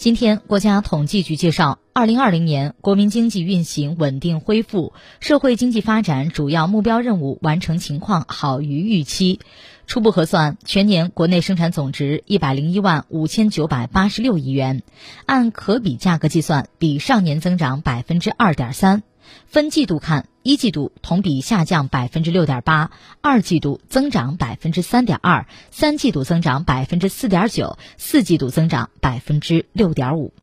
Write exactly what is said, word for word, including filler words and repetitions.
今天，国家统计局介绍，二零二零年国民经济运行稳定恢复，社会经济发展主要目标任务完成情况好于预期。初步核算，全年国内生产总值一百零一万五千九百八十六亿元，按可比价格计算，比上年增长百分之二点三。分季度看，一季度同比下降百分之六点八，二季度增长百分之三点二，三季度增长百分之四点九，四季度增长百分之六点五。